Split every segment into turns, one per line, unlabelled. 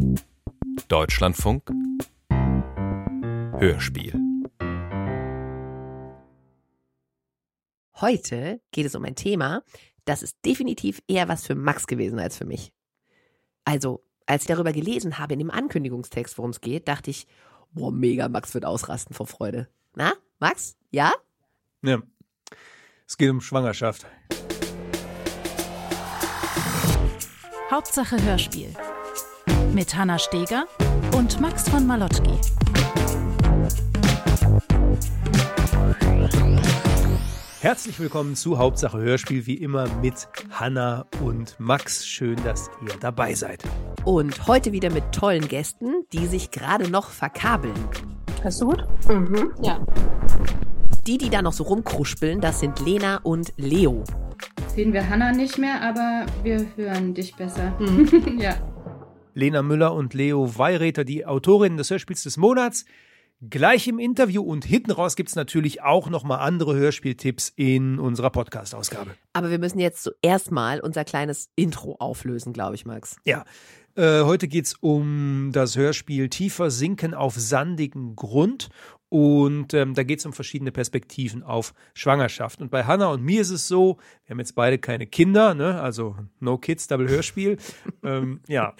Deutschlandfunk Hörspiel.
Heute geht es um ein Thema, das ist definitiv eher was für Max gewesen als für mich. Also, als ich darüber gelesen habe in dem Ankündigungstext, worum es geht, dachte ich, boah, mega, Max wird ausrasten vor Freude. Na, Max? Ja?
Ja, es geht um Schwangerschaft.
Hauptsache Hörspiel mit Hanna Steger und Max von Malotki.
Herzlich willkommen zu Hauptsache Hörspiel, wie immer mit Hanna und Max. Schön, dass ihr dabei seid.
Und heute wieder mit tollen Gästen, die sich gerade noch verkabeln.
Hörst du gut? Ja.
Die da noch so rumkruspeln, das sind Lena und Leo.
Sehen wir Hanna nicht mehr, aber wir hören dich besser. Ja.
Lena Müller und Leo Weihräter, die Autorinnen des Hörspiels des Monats. Gleich im Interview und hinten raus gibt es natürlich auch nochmal andere Hörspieltipps in unserer Podcast-Ausgabe.
Aber wir müssen jetzt zuerst mal unser kleines Intro auflösen, glaube ich, Max.
Ja, heute geht es um das Hörspiel Tiefer sinken auf sandigen Grund. Und da geht es um verschiedene Perspektiven auf Schwangerschaft. Und bei Hanna und mir ist es so, wir haben jetzt beide keine Kinder, ne? Also No Kids, Double Hörspiel. Ja.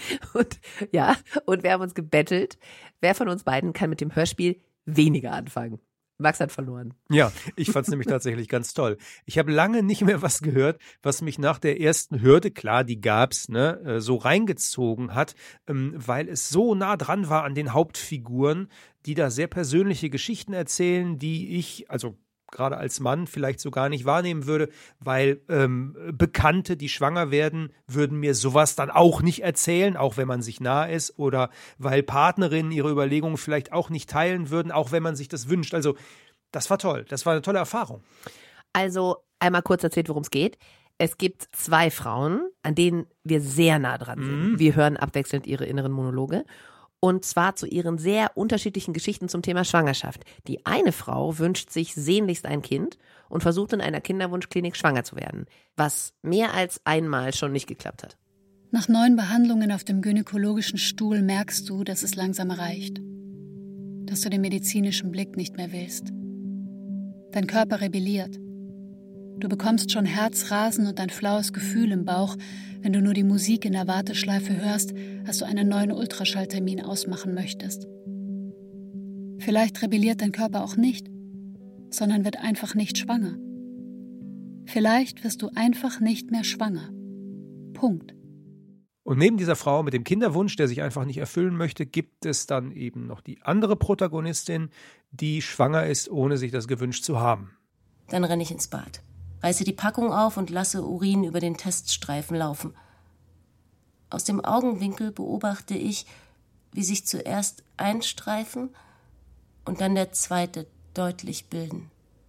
Und wir haben uns gebettelt, wer von uns beiden kann mit dem Hörspiel weniger anfangen. Max hat verloren.
Ja, ich fand es nämlich tatsächlich ganz toll. Ich habe lange nicht mehr was gehört, was mich nach der ersten Hürde, klar, die gab's, ne, so reingezogen hat, weil es so nah dran war an den Hauptfiguren, die da sehr persönliche Geschichten erzählen, die ich, also gerade als Mann vielleicht so gar nicht wahrnehmen würde, weil Bekannte, die schwanger werden, würden mir sowas dann auch nicht erzählen, auch wenn man sich nah ist, oder weil Partnerinnen ihre Überlegungen vielleicht auch nicht teilen würden, auch wenn man sich das wünscht. Also das war toll, das war eine tolle Erfahrung.
Also einmal kurz erzählt, worum es geht. Es gibt 2 Frauen, an denen wir sehr nah dran sind. Wir hören abwechselnd ihre inneren Monologe. Und zwar zu ihren sehr unterschiedlichen Geschichten zum Thema Schwangerschaft. Die eine Frau wünscht sich sehnlichst ein Kind und versucht in einer Kinderwunschklinik schwanger zu werden, was mehr als einmal schon nicht geklappt hat.
Nach 9 Behandlungen auf dem gynäkologischen Stuhl merkst du, dass es langsam reicht. Dass du den medizinischen Blick nicht mehr willst. Dein Körper rebelliert. Du bekommst schon Herzrasen und ein flaues Gefühl im Bauch, wenn du nur die Musik in der Warteschleife hörst, als du einen neuen Ultraschalltermin ausmachen möchtest. Vielleicht rebelliert dein Körper auch nicht, sondern wird einfach nicht schwanger. Vielleicht wirst du einfach nicht mehr schwanger. Punkt.
Und neben dieser Frau mit dem Kinderwunsch, der sich einfach nicht erfüllen möchte, gibt es dann eben noch die andere Protagonistin, die schwanger ist, ohne sich das gewünscht zu haben.
Dann renne ich ins Bad. Reiße die Packung auf und lasse Urin über den Teststreifen laufen. Aus dem Augenwinkel beobachte ich, wie sich zuerst ein Streifen und dann der zweite deutlich bilden.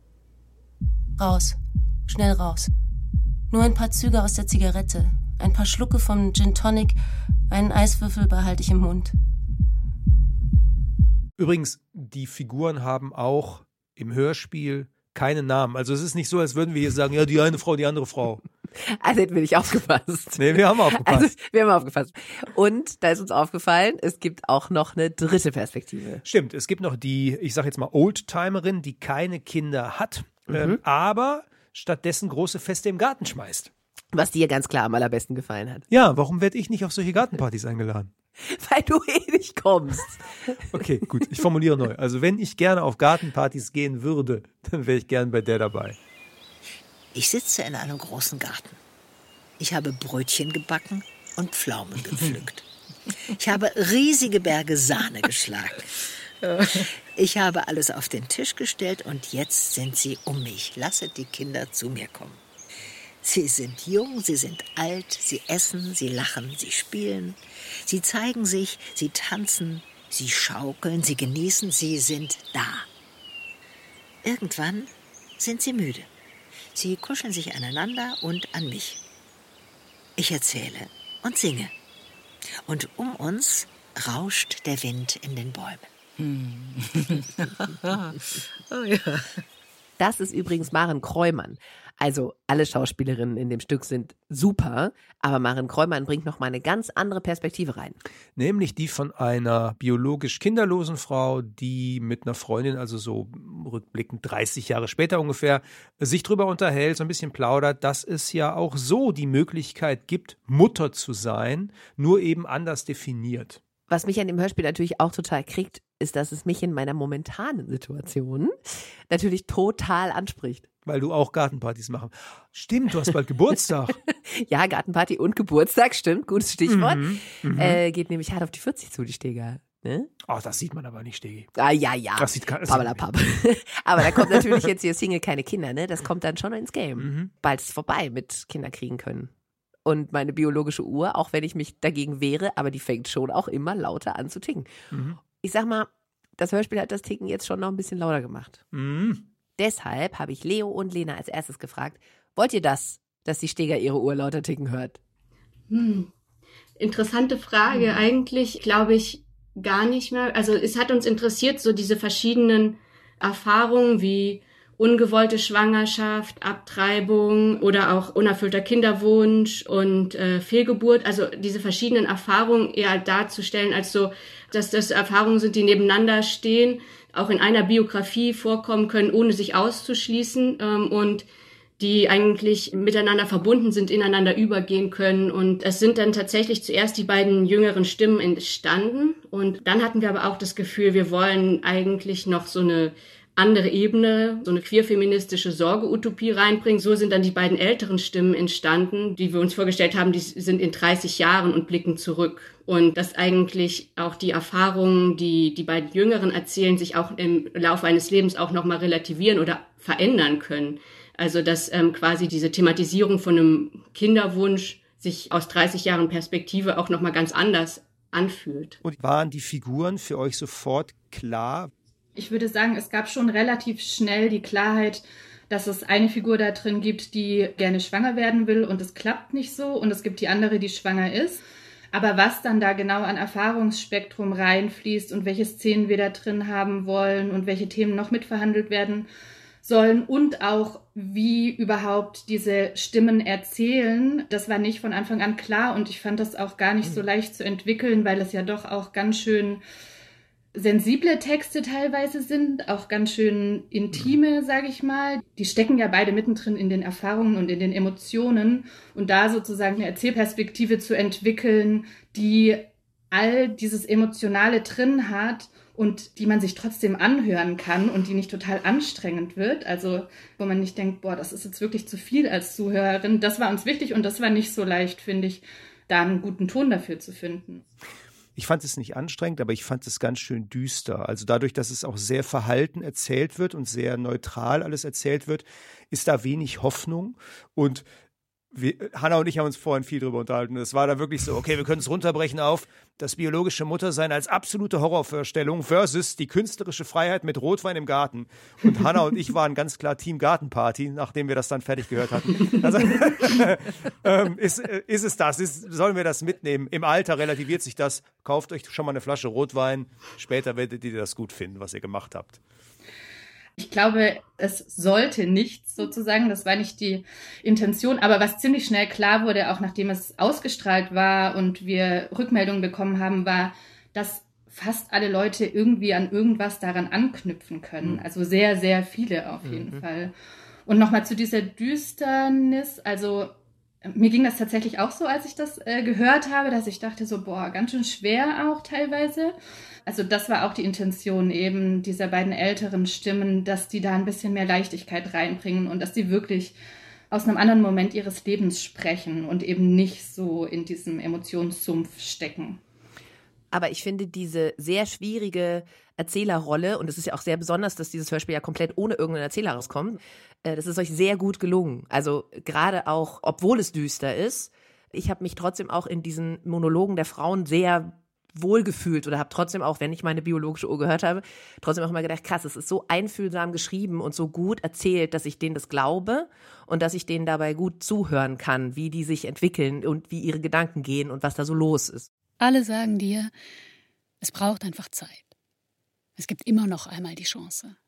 Raus, schnell raus. Nur ein paar Züge aus der Zigarette, ein paar Schlucke vom Gin Tonic, einen Eiswürfel behalte ich im Mund.
Übrigens, die Figuren haben auch im Hörspiel keine Namen. Also es ist nicht so, als würden wir hier sagen, ja, die eine Frau, die andere Frau.
Also hätten wir nicht aufgepasst.
Nee, wir haben aufgepasst.
Also, wir haben aufgepasst. Und da ist uns aufgefallen, es gibt auch noch eine dritte Perspektive.
Stimmt, es gibt noch die, ich sag jetzt mal Oldtimerin, die keine Kinder hat, aber stattdessen große Feste im Garten schmeißt.
Was dir ganz klar am allerbesten gefallen hat.
Ja, warum werde ich nicht auf solche Gartenpartys eingeladen?
Weil du nicht kommst.
Okay, gut, ich formuliere neu. Also wenn ich gerne auf Gartenpartys gehen würde, dann wäre ich gern bei der dabei.
Ich sitze in einem großen Garten. Ich habe Brötchen gebacken und Pflaumen gepflückt. Ich habe riesige Berge Sahne geschlagen. Ich habe alles auf den Tisch gestellt und jetzt sind sie um mich. Lasset die Kinder zu mir kommen. Sie sind jung, sie sind alt, sie essen, sie lachen, sie spielen. Sie zeigen sich, sie tanzen, sie schaukeln, sie genießen, sie sind da. Irgendwann sind sie müde. Sie kuscheln sich aneinander und an mich. Ich erzähle und singe. Und um uns rauscht der Wind in den Bäumen.
Oh ja. Das ist übrigens Maren Kräumann. Also alle Schauspielerinnen in dem Stück sind super, aber Maren Kräumann bringt noch mal eine ganz andere Perspektive rein.
Nämlich die von einer biologisch kinderlosen Frau, die mit einer Freundin, also so rückblickend 30 Jahre später ungefähr, sich drüber unterhält, so ein bisschen plaudert, dass es ja auch so die Möglichkeit gibt, Mutter zu sein, nur eben anders definiert.
Was mich an dem Hörspiel natürlich auch total kriegt, ist, dass es mich in meiner momentanen Situation natürlich total anspricht.
Weil du auch Gartenpartys machst. Stimmt, du hast bald Geburtstag.
Ja, Gartenparty und Geburtstag, stimmt, gutes Stichwort. Geht nämlich hart auf die 40 zu, die Steger. Ne?
Ach, das sieht man aber nicht, Stegi.
Ah, ja.
Das sieht
Pappelapapp. Aber da kommt natürlich jetzt hier Single, keine Kinder, ne? Das kommt dann schon ins Game. Bald ist es vorbei mit Kinder kriegen können. Und meine biologische Uhr, auch wenn ich mich dagegen wehre, aber die fängt schon auch immer lauter an zu ticken. Ich sag mal, das Hörspiel hat das Ticken jetzt schon noch ein bisschen lauter gemacht. Deshalb habe ich Leo und Lena als erstes gefragt, wollt ihr das, dass die Steger ihre Uhr lauter ticken hört?
Interessante Frage. Eigentlich glaube ich gar nicht mehr. Also es hat uns interessiert, so diese verschiedenen Erfahrungen wie ungewollte Schwangerschaft, Abtreibung oder auch unerfüllter Kinderwunsch und Fehlgeburt. Also diese verschiedenen Erfahrungen eher darzustellen, als so, dass das Erfahrungen sind, die nebeneinander stehen, auch in einer Biografie vorkommen können, ohne sich auszuschließen und die eigentlich miteinander verbunden sind, ineinander übergehen können. Und es sind dann tatsächlich zuerst die beiden jüngeren Stimmen entstanden. Und dann hatten wir aber auch das Gefühl, wir wollen eigentlich noch so eine andere Ebene, so eine queer-feministische Sorge-Utopie reinbringen. So sind dann die beiden älteren Stimmen entstanden, die wir uns vorgestellt haben, die sind in 30 Jahren und blicken zurück. Und dass eigentlich auch die Erfahrungen, die die beiden Jüngeren erzählen, sich auch im Laufe eines Lebens auch nochmal relativieren oder verändern können. Also dass quasi diese Thematisierung von einem Kinderwunsch sich aus 30 Jahren Perspektive auch nochmal ganz anders anfühlt.
Und waren die Figuren für euch sofort klar?
Ich würde sagen, es gab schon relativ schnell die Klarheit, dass es eine Figur da drin gibt, die gerne schwanger werden will und es klappt nicht so. Und es gibt die andere, die schwanger ist. Aber was dann da genau an Erfahrungsspektrum reinfließt und welche Szenen wir da drin haben wollen und welche Themen noch mitverhandelt werden sollen und auch wie überhaupt diese Stimmen erzählen, das war nicht von Anfang an klar. Und ich fand das auch gar nicht so leicht zu entwickeln, weil es ja doch auch ganz schön sensible Texte teilweise sind, auch ganz schön intime, sage ich mal. Die stecken ja beide mittendrin in den Erfahrungen und in den Emotionen und da sozusagen eine Erzählperspektive zu entwickeln, die all dieses Emotionale drin hat und die man sich trotzdem anhören kann und die nicht total anstrengend wird, also wo man nicht denkt, boah, das ist jetzt wirklich zu viel als Zuhörerin. Das war uns wichtig und das war nicht so leicht, finde ich, da einen guten Ton dafür zu finden.
Ich fand es nicht anstrengend, aber ich fand es ganz schön düster. Also dadurch, dass es auch sehr verhalten erzählt wird und sehr neutral alles erzählt wird, ist da wenig Hoffnung. Und Hannah und ich haben uns vorhin viel drüber unterhalten. Es war da wirklich so, okay, wir können es runterbrechen auf das biologische Muttersein als absolute Horrorvorstellung versus die künstlerische Freiheit mit Rotwein im Garten. Und Hannah und ich waren ganz klar Team Gartenparty, nachdem wir das dann fertig gehört hatten. Also ist es das? Sollen wir das mitnehmen? Im Alter relativiert sich das. Kauft euch schon mal eine Flasche Rotwein. Später werdet ihr das gut finden, was ihr gemacht habt.
Ich glaube, es sollte nichts sozusagen, das war nicht die Intention, aber was ziemlich schnell klar wurde, auch nachdem es ausgestrahlt war und wir Rückmeldungen bekommen haben, war, dass fast alle Leute irgendwie an irgendwas daran anknüpfen können. Also sehr, sehr viele auf jeden Fall. Und nochmal zu dieser Düsternis, also mir ging das tatsächlich auch so, als ich das gehört habe, dass ich dachte so, boah, ganz schön schwer auch teilweise. Also das war auch die Intention eben dieser beiden älteren Stimmen, dass die da ein bisschen mehr Leichtigkeit reinbringen und dass die wirklich aus einem anderen Moment ihres Lebens sprechen und eben nicht so in diesem Emotionssumpf stecken.
Aber ich finde diese sehr schwierige Erzählerrolle, und es ist ja auch sehr besonders, dass dieses Hörspiel ja komplett ohne irgendeinen Erzähler rauskommt, das ist euch sehr gut gelungen. Also gerade auch, obwohl es düster ist, ich habe mich trotzdem auch in diesen Monologen der Frauen sehr wohlgefühlt oder habe trotzdem auch, wenn ich meine biologische Uhr gehört habe, trotzdem auch immer gedacht, krass, es ist so einfühlsam geschrieben und so gut erzählt, dass ich denen das glaube und dass ich denen dabei gut zuhören kann, wie die sich entwickeln und wie ihre Gedanken gehen und was da so los ist.
Alle sagen dir, es braucht einfach Zeit. Es gibt immer noch einmal die Chance.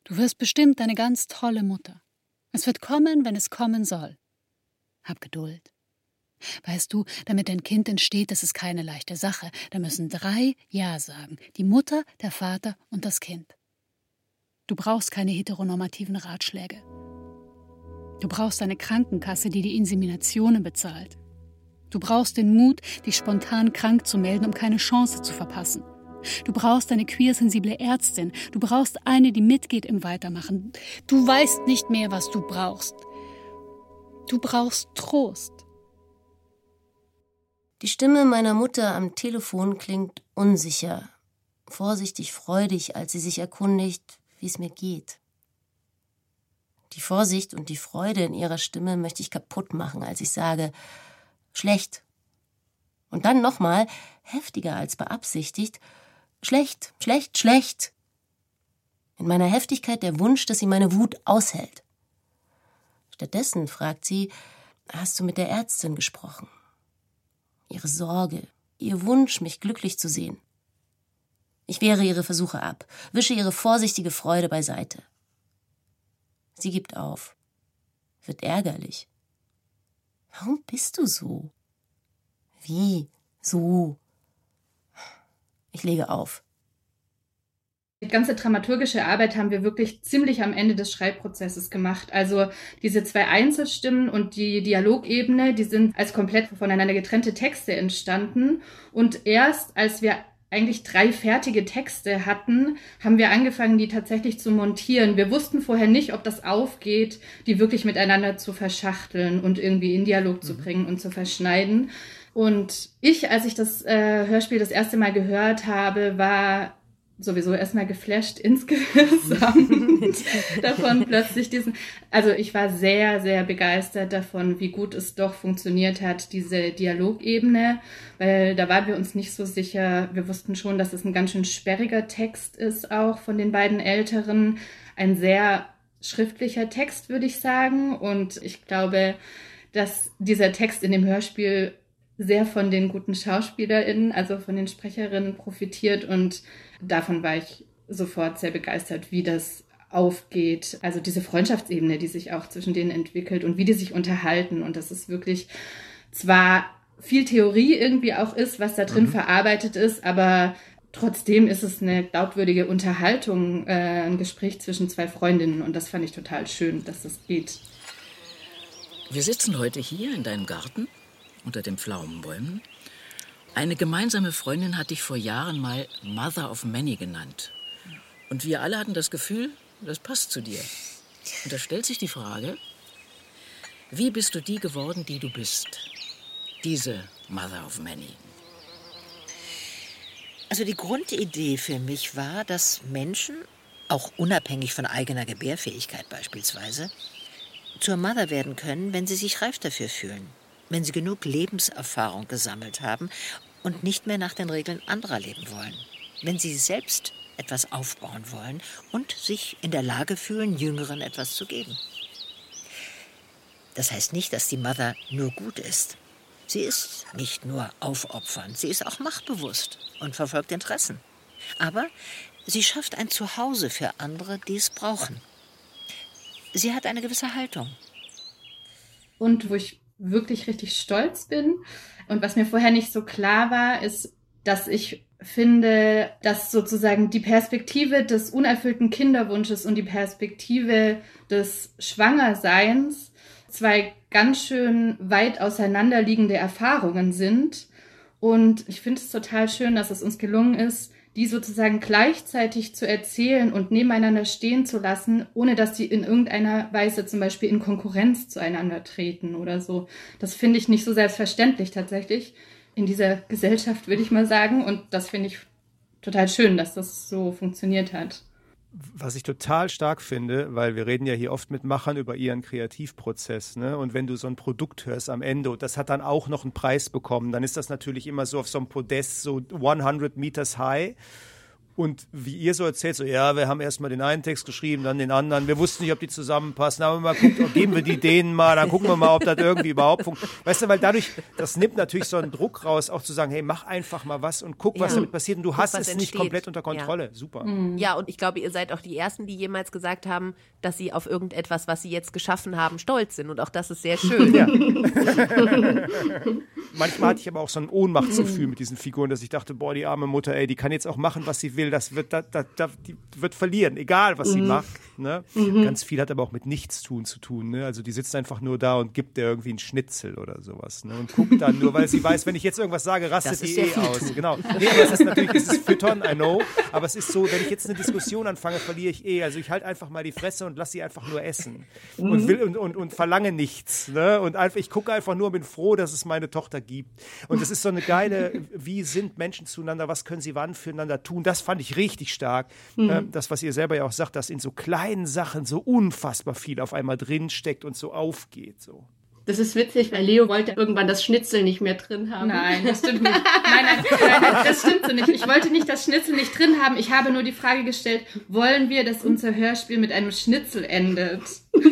Du wirst bestimmt eine ganz tolle Mutter. Es wird kommen, wenn es kommen soll. Hab Geduld. Weißt du, damit dein Kind entsteht, das ist keine leichte Sache. Da müssen 3 Ja sagen. Die Mutter, der Vater und das Kind. Du brauchst keine heteronormativen Ratschläge. Du brauchst eine Krankenkasse, die die Inseminationen bezahlt. Du brauchst den Mut, dich spontan krank zu melden, um keine Chance zu verpassen. Du brauchst eine queersensible Ärztin. Du brauchst eine, die mitgeht im Weitermachen. Du weißt nicht mehr, was du brauchst. Du brauchst Trost.
Die Stimme meiner Mutter am Telefon klingt unsicher, vorsichtig freudig, als sie sich erkundigt, wie es mir geht. Die Vorsicht und die Freude in ihrer Stimme möchte ich kaputt machen, als ich sage, schlecht. Und dann nochmal, heftiger als beabsichtigt, schlecht, schlecht, schlecht. In meiner Heftigkeit der Wunsch, dass sie meine Wut aushält. Stattdessen fragt sie, hast du mit der Ärztin gesprochen? Ihre Sorge, ihr Wunsch, mich glücklich zu sehen. Ich wehre ihre Versuche ab, wische ihre vorsichtige Freude beiseite. Sie gibt auf, wird ärgerlich. Warum bist du so? Wie? So? Ich lege auf.
Die ganze dramaturgische Arbeit haben wir wirklich ziemlich am Ende des Schreibprozesses gemacht. Also diese 2 Einzelstimmen und die Dialogebene, die sind als komplett voneinander getrennte Texte entstanden. Und erst als wir eigentlich 3 fertige Texte hatten, haben wir angefangen, die tatsächlich zu montieren. Wir wussten vorher nicht, ob das aufgeht, die wirklich miteinander zu verschachteln und irgendwie in Dialog zu bringen und zu verschneiden. Und als ich das Hörspiel das erste Mal gehört habe, war sowieso erstmal geflasht insgesamt davon plötzlich ich war sehr, sehr begeistert davon, wie gut es doch funktioniert hat, diese Dialogebene, weil da waren wir uns nicht so sicher. Wir wussten schon, dass es ein ganz schön sperriger Text ist, auch von den beiden Älteren. Ein sehr schriftlicher Text, würde ich sagen. Und ich glaube, dass dieser Text in dem Hörspiel sehr von den guten SchauspielerInnen, also von den Sprecherinnen profitiert, und davon war ich sofort sehr begeistert, wie das aufgeht. Also diese Freundschaftsebene, die sich auch zwischen denen entwickelt und wie die sich unterhalten, und das ist wirklich zwar viel Theorie irgendwie auch ist, was da drin verarbeitet ist, aber trotzdem ist es eine glaubwürdige Unterhaltung, ein Gespräch zwischen 2 Freundinnen, und das fand ich total schön, dass das geht.
Wir sitzen heute hier in deinem Garten unter den Pflaumenbäumen. Eine gemeinsame Freundin hat dich vor Jahren mal Mother of Many genannt. Und wir alle hatten das Gefühl, das passt zu dir. Und da stellt sich die Frage, wie bist du die geworden, die du bist? Diese Mother of Many.
Also die Grundidee für mich war, dass Menschen, auch unabhängig von eigener Gebärfähigkeit beispielsweise, zur Mother werden können, wenn sie sich reif dafür fühlen. Wenn sie genug Lebenserfahrung gesammelt haben und nicht mehr nach den Regeln anderer leben wollen. Wenn sie selbst etwas aufbauen wollen und sich in der Lage fühlen, Jüngeren etwas zu geben. Das heißt nicht, dass die Mother nur gut ist. Sie ist nicht nur aufopfernd, sie ist auch machtbewusst und verfolgt Interessen. Aber sie schafft ein Zuhause für andere, die es brauchen. Sie hat eine gewisse Haltung.
Und wo ich wirklich richtig stolz bin und was mir vorher nicht so klar war, ist, dass ich finde, dass sozusagen die Perspektive des unerfüllten Kinderwunsches und die Perspektive des Schwangerseins 2 ganz schön weit auseinanderliegende Erfahrungen sind. Und ich finde es total schön, dass es uns gelungen ist, die sozusagen gleichzeitig zu erzählen und nebeneinander stehen zu lassen, ohne dass die in irgendeiner Weise zum Beispiel in Konkurrenz zueinander treten oder so. Das finde ich nicht so selbstverständlich tatsächlich in dieser Gesellschaft, würde ich mal sagen. Und das finde ich total schön, dass das so funktioniert hat.
Was ich total stark finde, weil wir reden ja hier oft mit Machern über ihren Kreativprozess, ne? Und wenn du so ein Produkt hörst am Ende und das hat dann auch noch einen Preis bekommen, dann ist das natürlich immer so auf so einem Podest, so 100 Meters high. Und wie ihr so erzählt, so, ja, wir haben erstmal den einen Text geschrieben, dann den anderen, wir wussten nicht, ob die zusammenpassen, haben wir mal geguckt, geben wir die denen mal, dann gucken wir mal, ob das irgendwie überhaupt funktioniert. Weißt du, weil dadurch, das nimmt natürlich so einen Druck raus, auch zu sagen, hey, mach einfach mal was und guck, was damit passiert und du hast es nicht komplett unter Kontrolle. Super.
Ja, und ich glaube, ihr seid auch die Ersten, die jemals gesagt haben, dass sie auf irgendetwas, was sie jetzt geschaffen haben, stolz sind. Und auch das ist sehr schön.
Ja. Manchmal hatte ich aber auch so ein Ohnmachtsgefühl mit diesen Figuren, dass ich dachte, boah, die arme Mutter, ey, die kann jetzt auch machen, was sie will. Die wird verlieren, egal was sie macht. Ne? Ganz viel hat aber auch mit Nichtstun zu tun. Ne? Also die sitzt einfach nur da und gibt dir irgendwie einen Schnitzel oder sowas. Ne? Und guckt dann nur, weil sie weiß, wenn ich jetzt irgendwas sage, rastet die aus. Genau. Nee, aber es ist natürlich, es ist Füttern, I know. Aber es ist so, wenn ich jetzt eine Diskussion anfange, verliere ich Also ich halte einfach mal die Fresse und lasse sie einfach nur essen. Und will und verlange nichts. Ne? Und einfach, ich gucke einfach nur, bin froh, dass es meine Tochter gibt. Und es ist so eine geile, wie sind Menschen zueinander, was können sie wann füreinander tun? Das fand ich richtig stark. Das, was ihr selber ja auch sagt, dass in so kleinen Sachen so unfassbar viel auf einmal drinsteckt und so aufgeht. So.
Das ist witzig, weil Leo wollte irgendwann das Schnitzel nicht mehr drin haben.
Nein, das stimmt nicht. Nein, das stimmt so nicht. Ich wollte nicht das Schnitzel nicht drin haben. Ich habe nur die Frage gestellt, wollen wir, dass unser Hörspiel mit einem Schnitzel endet?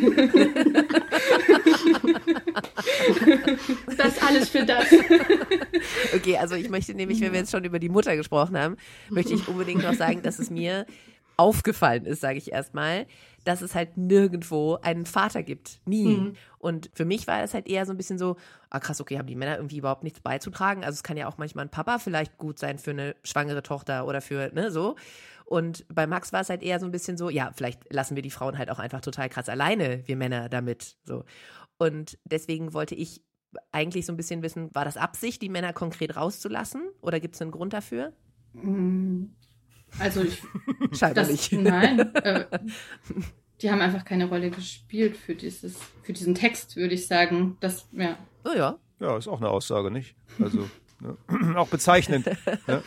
Das alles für das.
Okay, also ich möchte nämlich, wenn wir jetzt schon über die Mutter gesprochen haben, möchte ich unbedingt noch sagen, dass es mir aufgefallen ist, sage ich erstmal, dass es halt nirgendwo einen Vater gibt. Nie. Und für mich war es halt eher so ein bisschen so, krass, okay, haben die Männer irgendwie überhaupt nichts beizutragen? Also es kann ja auch manchmal ein Papa vielleicht gut sein für eine schwangere Tochter oder für, ne, so. Und bei Max war es halt eher so ein bisschen so, ja, vielleicht lassen wir die Frauen halt auch einfach total krass alleine, wir Männer damit, so. Und deswegen wollte ich eigentlich so ein bisschen wissen, war das Absicht, die Männer konkret rauszulassen? Oder gibt es einen Grund dafür?
Also
scheinbar nicht.
Nein. Die haben einfach keine Rolle gespielt für diesen Text, würde ich sagen. Das, ja.
Oh ja.
Ja, ist auch eine Aussage, nicht? Also, ne? Auch bezeichnend. Ne?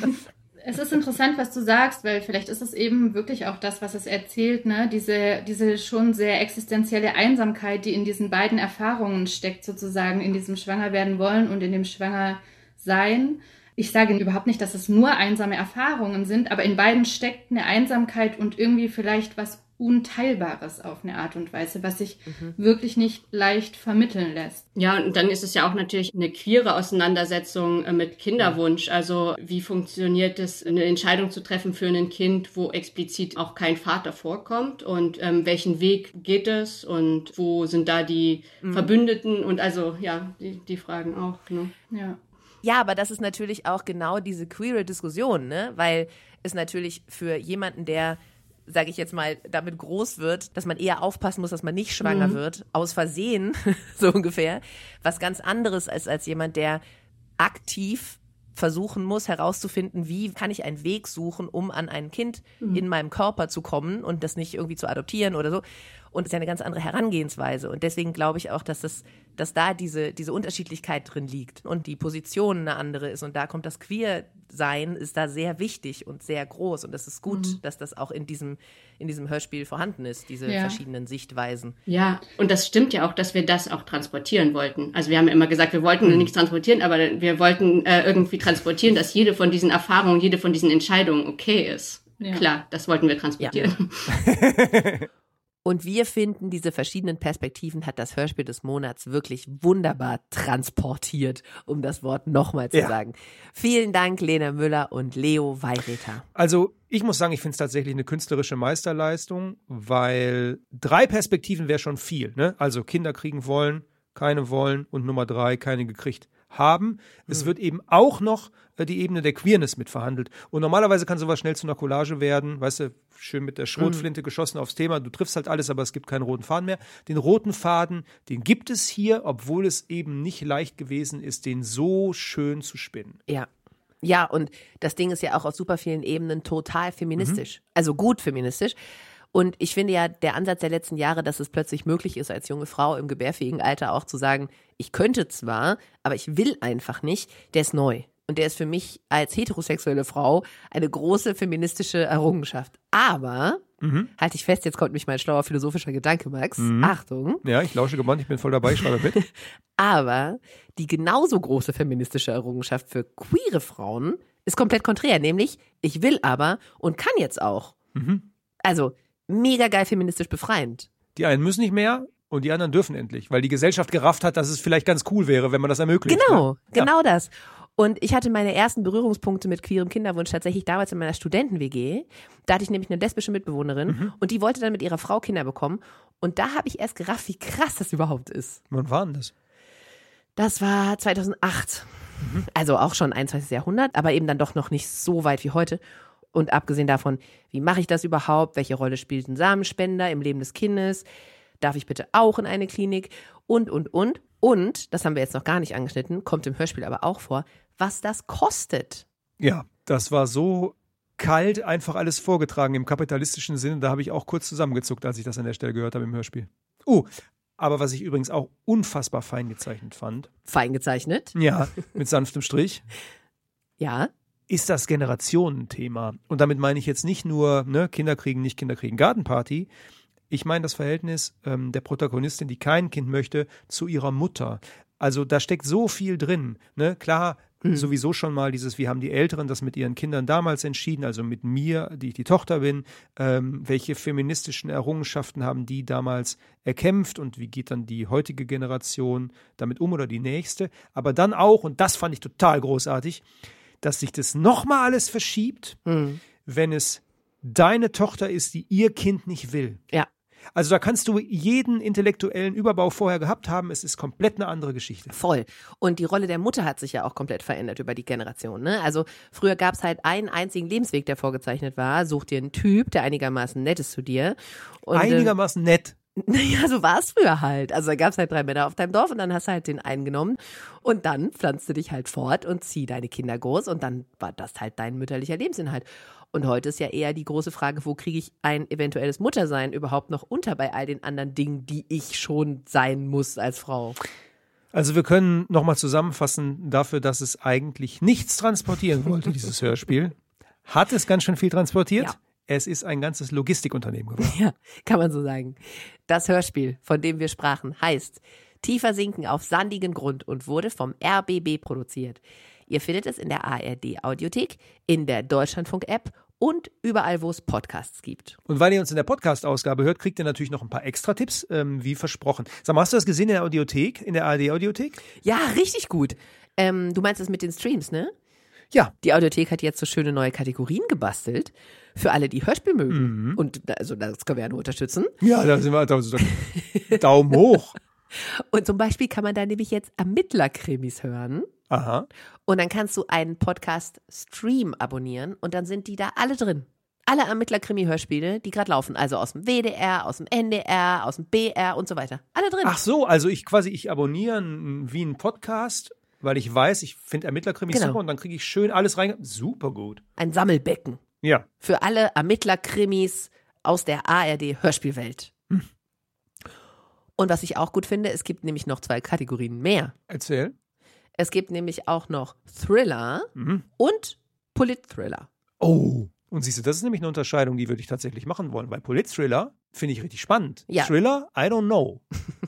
Es ist interessant, was du sagst, weil vielleicht ist es eben wirklich auch das, was es erzählt, ne? Diese schon sehr existenzielle Einsamkeit, die in diesen beiden Erfahrungen steckt, sozusagen in diesem Schwangerwerden wollen und in dem Schwangersein. Ich sage überhaupt nicht, dass es nur einsame Erfahrungen sind, aber in beiden steckt eine Einsamkeit und irgendwie vielleicht was Unteilbares auf eine Art und Weise, was sich wirklich nicht leicht vermitteln lässt.
Ja, und dann ist es ja auch natürlich eine queere Auseinandersetzung mit Kinderwunsch. Also wie funktioniert es, eine Entscheidung zu treffen für ein Kind, wo explizit auch kein Vater vorkommt und welchen Weg geht es und wo sind da die Verbündeten und also ja, die Fragen auch. Ne?
Ja, aber das ist natürlich auch genau diese queere Diskussion, ne? Weil es natürlich für jemanden, der, sage ich jetzt mal, damit groß wird, dass man eher aufpassen muss, dass man nicht schwanger wird, aus Versehen, so ungefähr, was ganz anderes ist als jemand, der aktiv versuchen muss, herauszufinden, wie kann ich einen Weg suchen, um an ein Kind in meinem Körper zu kommen und das nicht irgendwie zu adoptieren oder so. Und es ist ja eine ganz andere Herangehensweise. Und deswegen glaube ich auch, dass da diese Unterschiedlichkeit drin liegt und die Position eine andere ist. Und da kommt das Queer-Sein, ist da sehr wichtig und sehr groß. Und es ist gut, dass das auch in diesem Hörspiel vorhanden ist, diese verschiedenen Sichtweisen.
Ja, und das stimmt ja auch, dass wir das auch transportieren wollten. Also wir haben ja immer gesagt, wir wollten nichts transportieren, aber wir wollten irgendwie transportieren, dass jede von diesen Erfahrungen, jede von diesen Entscheidungen okay ist. Ja. Klar, das wollten wir transportieren.
Ja. Und wir finden, diese verschiedenen Perspektiven hat das Hörspiel des Monats wirklich wunderbar transportiert, um das Wort nochmal zu sagen. Vielen Dank, Lena Müller und Leo Weireter.
Also ich muss sagen, ich finde es tatsächlich eine künstlerische Meisterleistung, weil 3 Perspektiven wäre schon viel. Ne? Also Kinder kriegen wollen, keine wollen und Nummer 3, keine gekriegt haben. Es wird eben auch noch die Ebene der Queerness mitverhandelt. Und normalerweise kann sowas schnell zu einer Collage werden, weißt du, schön mit der Schrotflinte geschossen aufs Thema, du triffst halt alles, aber es gibt keinen roten Faden mehr. Den roten Faden, den gibt es hier, obwohl es eben nicht leicht gewesen ist, den so schön zu spinnen.
Ja, und das Ding ist ja auch auf super vielen Ebenen total feministisch, also gut feministisch. Und ich finde ja, der Ansatz der letzten Jahre, dass es plötzlich möglich ist, als junge Frau im gebärfähigen Alter auch zu sagen, ich könnte zwar, aber ich will einfach nicht, der ist neu. Und der ist für mich als heterosexuelle Frau eine große feministische Errungenschaft. Aber, halte ich fest, jetzt kommt mich mein schlauer philosophischer Gedanke, Max. Achtung.
Ja, ich lausche gebannt, ich bin voll dabei, ich schreibe mit.
Aber die genauso große feministische Errungenschaft für queere Frauen ist komplett konträr, nämlich ich will aber und kann jetzt auch. Also mega geil feministisch befreiend.
Die einen müssen nicht mehr und die anderen dürfen endlich, weil die Gesellschaft gerafft hat, dass es vielleicht ganz cool wäre, wenn man das ermöglicht.
Genau das. Und ich hatte meine ersten Berührungspunkte mit queerem Kinderwunsch tatsächlich damals in meiner Studenten-WG. Da hatte ich nämlich eine lesbische Mitbewohnerin und die wollte dann mit ihrer Frau Kinder bekommen. Und da habe ich erst gerafft, wie krass das überhaupt ist.
Wann war denn das?
Das war 2008. Also auch schon 21. Jahrhundert, aber eben dann doch noch nicht so weit wie heute. Und abgesehen davon, wie mache ich das überhaupt? Welche Rolle spielt ein Samenspender im Leben des Kindes? Darf ich bitte auch in eine Klinik? Und. Und, das haben wir jetzt noch gar nicht angeschnitten, kommt im Hörspiel aber auch vor, was das kostet.
Ja, das war so kalt einfach alles vorgetragen im kapitalistischen Sinne. Da habe ich auch kurz zusammengezuckt, als ich das an der Stelle gehört habe im Hörspiel. Aber was ich übrigens auch unfassbar fein gezeichnet fand.
Fein gezeichnet?
Ja, mit sanftem Strich.
Ja.
Ist das Generationenthema. Und damit meine ich jetzt nicht nur Kinder kriegen, nicht Kinder kriegen, Gartenparty. Ich meine das Verhältnis der Protagonistin, die kein Kind möchte, zu ihrer Mutter. Also da steckt so viel drin. Ne? Klar, sowieso schon mal wir haben die Älteren das mit ihren Kindern damals entschieden, also mit mir, die ich die Tochter bin. Welche feministischen Errungenschaften haben die damals erkämpft und wie geht dann die heutige Generation damit um oder die nächste? Aber dann auch, und das fand ich total großartig, dass sich das nochmal alles verschiebt, wenn es deine Tochter ist, die ihr Kind nicht will.
Ja.
Also da kannst du jeden intellektuellen Überbau vorher gehabt haben, es ist komplett eine andere Geschichte.
Voll. Und die Rolle der Mutter hat sich ja auch komplett verändert über die Generation. Ne? Also früher gab es halt einen einzigen Lebensweg, der vorgezeichnet war. Such dir einen Typ, der einigermaßen nett ist zu dir. Und,
einigermaßen nett?
Naja, so war es früher halt. Also da gab es halt 3 Männer auf deinem Dorf und dann hast du halt den einen genommen und dann pflanzt du dich halt fort und zieh deine Kinder groß und dann war das halt dein mütterlicher Lebensinhalt. Und heute ist ja eher die große Frage, wo kriege ich ein eventuelles Muttersein überhaupt noch unter bei all den anderen Dingen, die ich schon sein muss als Frau.
Also wir können nochmal zusammenfassen dafür, dass es eigentlich nichts transportieren wollte, dieses Hörspiel. Hat es ganz schön viel transportiert?
Ja.
Es ist ein ganzes Logistikunternehmen geworden.
Ja, kann man so sagen. Das Hörspiel, von dem wir sprachen, heißt Tiefer sinken auf sandigen Grund und wurde vom RBB produziert. Ihr findet es in der ARD-Audiothek, in der Deutschlandfunk-App und überall, wo es Podcasts gibt.
Und weil ihr uns in der Podcast-Ausgabe hört, kriegt ihr natürlich noch ein paar Extra-Tipps, wie versprochen. Sag mal, hast du das gesehen in der Audiothek, in der ARD-Audiothek?
Ja, richtig gut. Du meinst das mit den Streams, ne?
Ja.
Die Audiothek hat jetzt so schöne neue Kategorien gebastelt für alle, die Hörspiel mögen. Und also das können wir ja nur unterstützen.
Ja, da sind wir Daumen hoch.
Und zum Beispiel kann man da nämlich jetzt Ermittlerkrimis hören.
Aha.
Und dann kannst du einen Podcast-Stream abonnieren und dann sind die da alle drin. Alle Ermittlerkrimi-Hörspiele, die gerade laufen. Also aus dem WDR, aus dem NDR, aus dem BR und so weiter. Alle drin.
Ach so, also ich abonniere wie einen Podcast, weil ich weiß, ich finde Ermittlerkrimis super und dann kriege ich schön alles rein. Super gut.
Ein Sammelbecken.
Ja.
Für alle Ermittlerkrimis aus der ARD-Hörspielwelt. Und was ich auch gut finde, es gibt nämlich noch 2 Kategorien mehr.
Erzähl.
Es gibt nämlich auch noch Thriller und Polit-Thriller.
Oh, und siehst du, das ist nämlich eine Unterscheidung, die würde ich tatsächlich machen wollen, weil Polit-Thriller finde ich richtig spannend.
Ja.
Thriller, I don't know.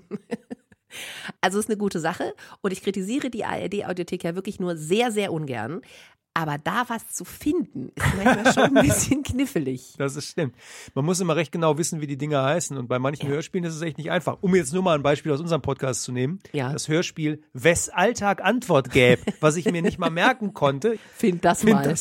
Also ist eine gute Sache und ich kritisiere die ARD-Audiothek ja wirklich nur sehr, sehr ungern. Aber da was zu finden, ist manchmal schon ein bisschen knifflig.
Das ist stimmt. Man muss immer recht genau wissen, wie die Dinge heißen. Und bei manchen Hörspielen ist es echt nicht einfach. Um jetzt nur mal ein Beispiel aus unserem Podcast zu nehmen.
Ja.
Das Hörspiel Wes Alltag Antwort gäb, was ich mir nicht mal merken konnte.
Find das mal.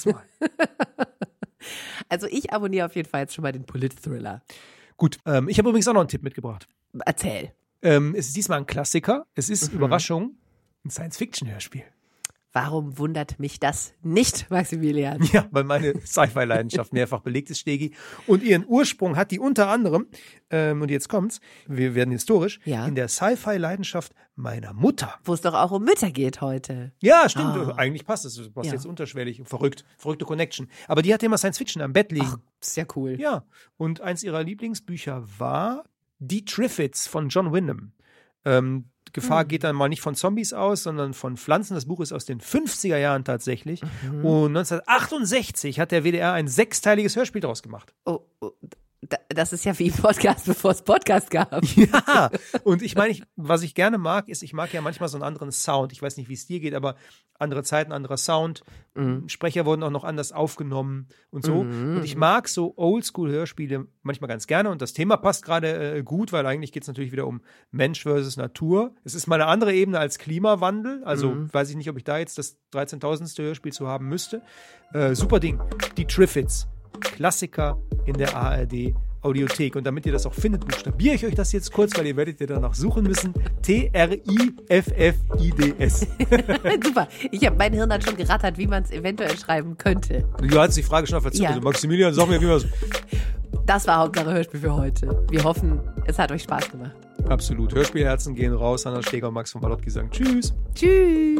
Also ich abonniere auf jeden Fall jetzt schon mal den Polit-Thriller.
Gut, ich habe übrigens auch noch einen Tipp mitgebracht.
Erzähl.
Es ist diesmal ein Klassiker. Es ist, Überraschung, ein Science-Fiction-Hörspiel.
Warum wundert mich das nicht, Maximilian?
Ja, weil meine Sci-Fi-Leidenschaft mehrfach belegt ist, Stegi. Und ihren Ursprung hat die unter anderem, und jetzt kommt's, wir werden historisch, in der Sci-Fi-Leidenschaft meiner Mutter.
Wo es doch auch um Mütter geht heute.
Ja, stimmt. Eigentlich passt es. Du passt jetzt unterschwellig. Verrückte Connection. Aber die hat immer Science-Fiction am Bett liegen.
Ach, ist ja cool.
Ja, und eins ihrer Lieblingsbücher war Die Triffids von John Wyndham. Gefahr geht dann mal nicht von Zombies aus, sondern von Pflanzen. Das Buch ist aus den 50er Jahren tatsächlich. Und 1968 hat der WDR ein 6-teiliges Hörspiel daraus gemacht.
Oh, Das ist ja wie Podcast, bevor es Podcast gab.
Ja, und ich meine, was ich gerne mag, ist, ich mag ja manchmal so einen anderen Sound. Ich weiß nicht, wie es dir geht, aber andere Zeiten, anderer Sound. Sprecher wurden auch noch anders aufgenommen und so. Und ich mag so Oldschool-Hörspiele manchmal ganz gerne. Und das Thema passt gerade gut, weil eigentlich geht es natürlich wieder um Mensch versus Natur. Es ist mal eine andere Ebene als Klimawandel. Also weiß ich nicht, ob ich da jetzt das 13.000. Hörspiel zu haben müsste. Super Ding. Die Triffids. Klassiker in der ARD Audiothek. Und damit ihr das auch findet, buchstabiere ich euch das jetzt kurz, weil ihr werdet ja danach suchen müssen. T-R-I-F-F-I-D-S.
Super. Mein Hirn hat schon gerattert, wie man es eventuell schreiben könnte.
Du hattest die Frage schon auf der Zunge.
Ja.
Also Maximilian, sag mir, wie man es...
Das war Hauptsache Hörspiel für heute. Wir hoffen, es hat euch Spaß gemacht.
Absolut. Hörspielherzen gehen raus. Hannah Steger und Max von Malotki sagen Tschüss.
Tschüss.